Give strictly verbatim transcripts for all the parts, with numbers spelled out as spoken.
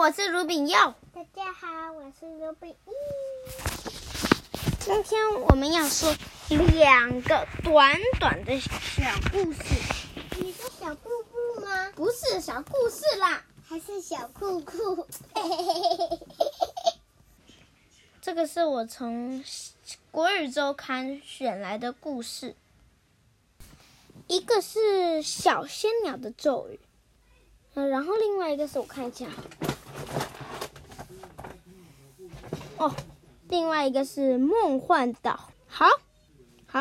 我是卢炳佑。 大家好，我是卢炳义。 今天我们要说两个短短的小故事。 你说小布布吗？ 不是小故事啦， 还是小酷酷？ 这个是我从国语周刊选来的故事。一个是小仙鸟的咒语，嗯，然后另外一个是我看一下，哦，另外一个是梦幻岛。好，好，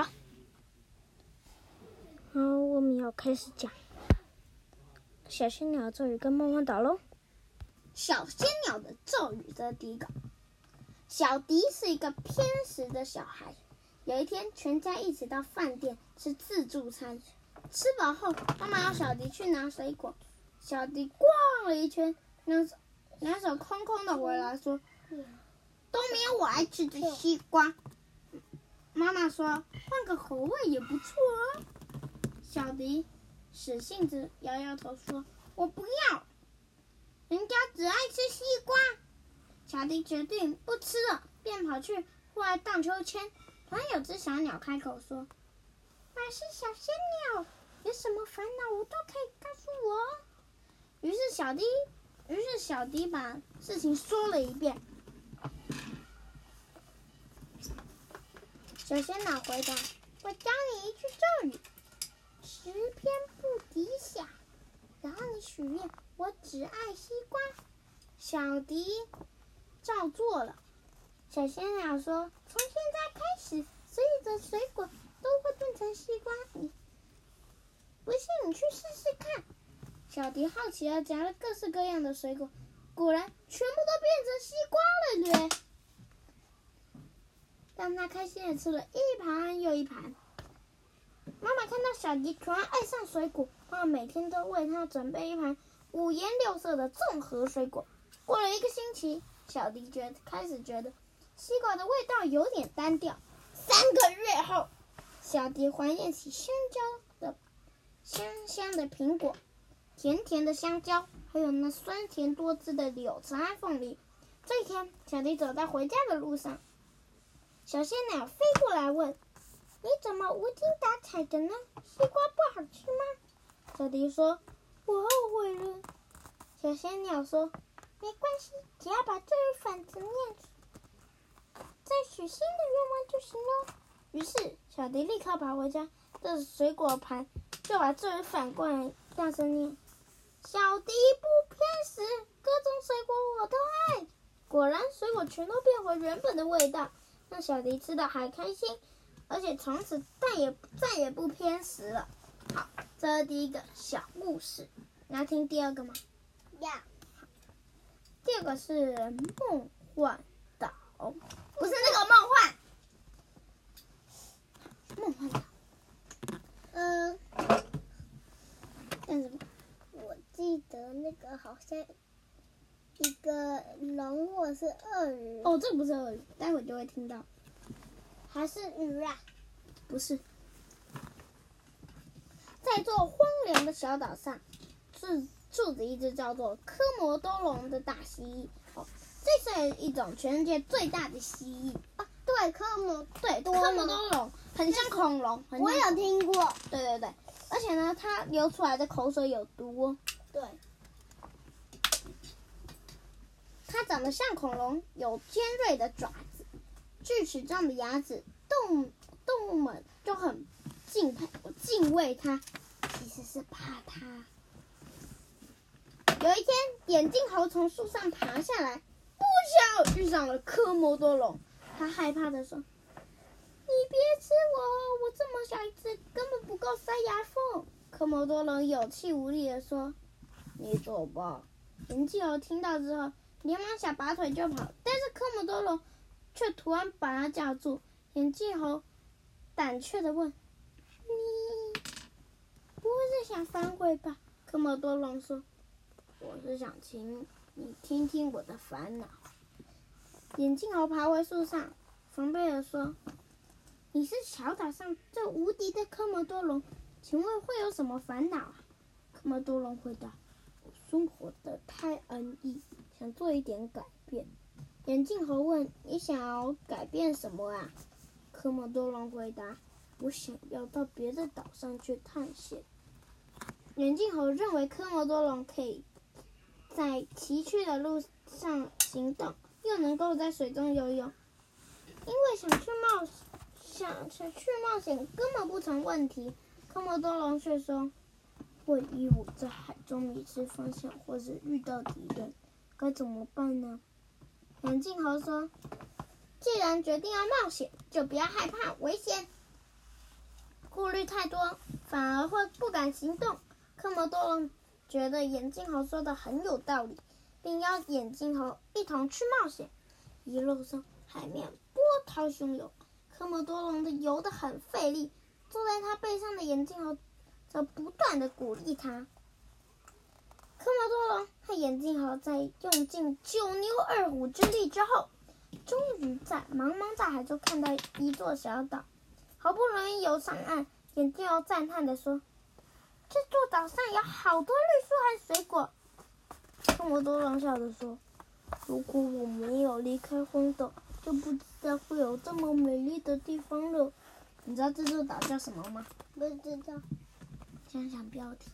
好，我们要开始讲小仙鸟的咒语跟梦幻岛喽。小仙鸟的咒语的第一个，小迪是一个偏食的小孩。有一天，全家一起到饭店吃自助餐，吃饱后，妈妈要小迪去拿水果。小迪逛了一圈，两手两手空空的回来说：“都没有我爱吃的西瓜。”妈妈说：“换个口味也不错啊。”小迪使性子摇摇头说：“我不要，人家只爱吃西瓜。”小迪决定不吃了，便跑去户外荡秋千。突然有只小鸟开口说：“我是小仙鸟，有什么烦恼我都可以告诉我。”于是小迪，于是小迪把事情说了一遍。小仙鸟回答：“我教你一句咒语，十篇不抵响，然后你许愿，我只爱西瓜。”小迪照做了。小仙鸟说：“从现在开始，所有的水果都会变成西瓜。你不信，你去试试看。”小迪好奇地夹了各式各样的水果，果然全部都变成西瓜了嘞！让他开心地吃了一盘又一盘。妈妈看到小迪突然爱上水果，妈妈每天都为他准备一盘五颜六色的综合水果。过了一个星期，小迪觉得开始觉得西瓜的味道有点单调。三个月后，小迪怀念起香蕉的香香的苹果，甜甜的香蕉，还有那酸甜多汁的柳橙和凤梨。这一天，小迪走在回家的路上，小仙鸟飞过来问：“你怎么无精打采的呢？西瓜不好吃吗？”小迪说：“我后悔了。”小仙鸟说：“没关系，只要把咒语反字念出，再许新的愿望就行了。”于是小迪立刻跑回家，这水果盘就把咒语反过来，大声念：“小迪不偏食，各种水果我都爱。”果然，水果全都变回原本的味道，让小迪吃的还开心，而且从此再也再也不偏食了。好，这是第一个小故事。你要听第二个吗？ 要。 第二个是梦幻岛，不是那个梦幻。梦幻岛。 嗯， 干什么？ 我记得那个好像一个龙或是鳄鱼。 哦，这不是鳄鱼，待会就会听到。 还是鱼啊？ 不是。在一座荒凉的小岛上，住住着一只叫做科摩多龙的大蜥蜴。哦，这是一种全世界最大的蜥蜴。 啊，对，科摩对科摩多龙很像恐龙，很像我有听过。 对对对，而且呢，它流出来的口水有毒哦。 对。 它长得像恐龙，有尖锐的爪子、锯齿状的牙齿，动动物们就很敬佩、敬畏它，其实是怕它。有一天，眼镜猴从树上爬下来，不巧遇上了科摩多龙。他害怕地说：“你别吃我，我这么小一只，根本不够塞牙缝。”科摩多龙有气无力地说：“你走吧。”眼镜猴听到之后，连忙想拔腿就跑，但是科摩多龙却突然把他叫住。眼镜猴胆怯地问：“你不会是想反悔吧？”科摩多龙说：“我是想请你听听我的烦恼。”眼镜猴爬回树上，防备地说：“你是小岛上最无敌的科摩多龙，请问会有什么烦恼啊？”科摩多龙回答：“我生活的太安逸， 想做一点改变。眼镜猴问：“你想要改变什么啊？”科莫多龙回答：“我想要到别的岛上去探险。”眼镜猴认为科莫多龙可以在崎岖的路上行动，又能够在水中游泳，因为想去冒想想去冒险根本不成问题。科莫多龙却说：“万一我在海中迷失方向，或是遇到敌人，该怎么办呢？”眼镜猴说：“既然决定要冒险，就不要害怕危险。顾虑太多，反而会不敢行动。”科莫多龙觉得眼镜猴说的很有道理，并邀眼镜猴一同去冒险。一路上，海面波涛汹涌，科莫多龙的游得很费力，坐在他背上的眼镜猴则不断的鼓励他。科莫多龙和眼镜猴在用尽九牛二虎之力之后，终于在茫茫大海中看到一座小岛。好不容易游上岸，眼镜猴赞叹地说：“这座岛上有好多绿树和水果。”科莫多龙笑着说：“如果我没有离开荒岛，就不知道会有这么美丽的地方了。”你知道这座岛叫什么吗？ 不知道。 想想标题。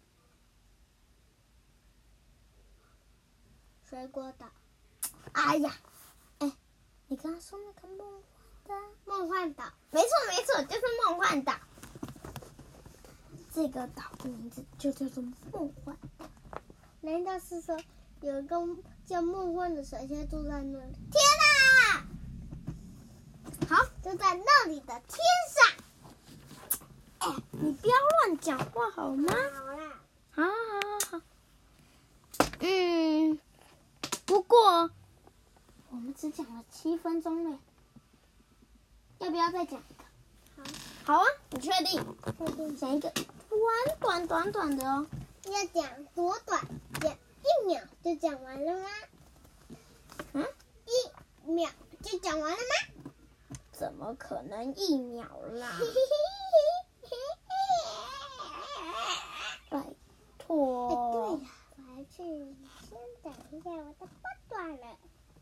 水果岛。 哎呀，哎，你刚刚说那个梦幻的梦幻岛。 没错没错，就是梦幻岛。这个岛的名字就叫做梦幻岛。 难道是说有一个叫梦幻的神仙住在那里？ 天哪！好， 就在那里的天上。 哎，你不要乱讲话好吗？ 好啦。 好好好好。嗯，不过我们只讲了七分钟嘞，要不要再讲一个？ 好。 好啊，你确定？ 确定。 讲一个短短短短的哦。 要讲多短？讲一秒就讲完了吗？ 嗯？ 一秒就讲完了吗？ 怎么可能一秒啦？拜托。 哎，对了，我还去，先等一下，我的话断了。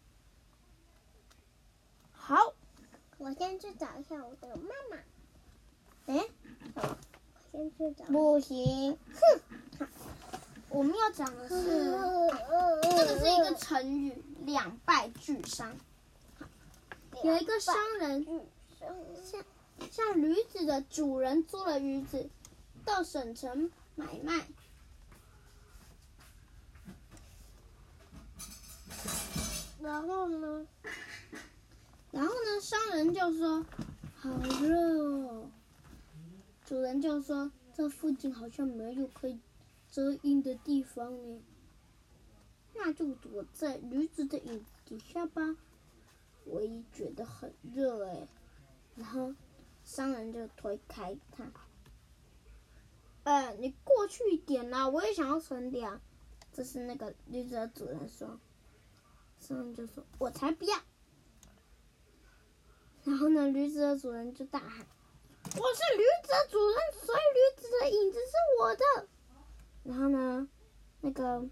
好， 我先去找一下我的妈妈。 哎， 我先去找。 不行，哼！我们要讲的是，这个是一个成语“两败俱伤”。有一个商人，像像驴子的主人租了驴子到省城买卖， 然后呢？ 然后呢，商人就说：“好热哦。”主人就说：“这附近好像没有可以遮阴的地方呢，那就躲在驴子的影子底下吧。我也觉得很热哎。”然后商人就推开他：“哎，你过去一点啦，我也想要乘凉。”这是那个驴子的主人说。商人就说：“我才不要！”然后呢，驴子的主人就大喊：“我是驴子的主人，所以驴子的影子是我的。”然后呢，那个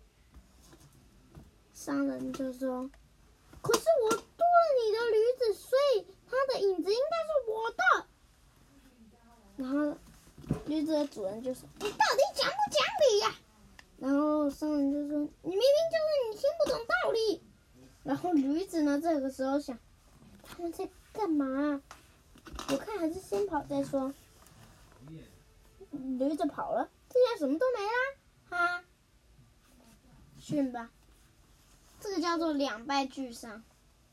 商人就说：“可是我多了你的驴子，所以它的影子应该是我的。”然后驴子的主人就说：“你到底讲不讲理呀？”然后商人就说：“你明明就是你听不懂道理。”然后驴子呢，这个时候想，他们在干嘛？我看还是先跑再说。驴子跑了，这下什么都没啦，哈，训吧。这个叫做两败俱伤，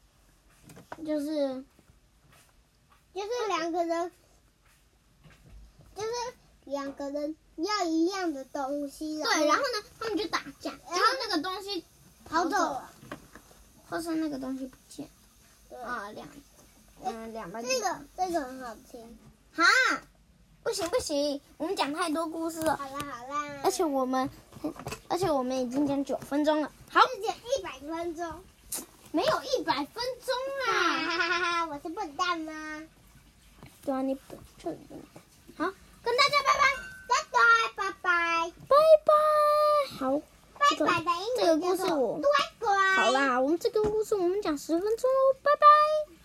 就是就是两个人，就是两个人要一样的东西。 对，然后呢，他们就打架，然后那个东西跑走了， 或是那个东西不见。啊，两，嗯，两败俱这伤。 个这个很好听。 哈，不行不行，我们讲太多故事了。 好啦好啦。 而且我们，而且我们已经讲九分钟了。好， 讲一百分钟。 没有一百分钟啦！ 哈哈哈哈！我是笨蛋吗？ 对啊，你本就笨蛋。好，跟大家拜拜， 拜拜拜拜拜拜。好， 拜拜的英这个文叫做故事我。 对。 啦，我们这个故事我们讲十分钟哦，拜拜。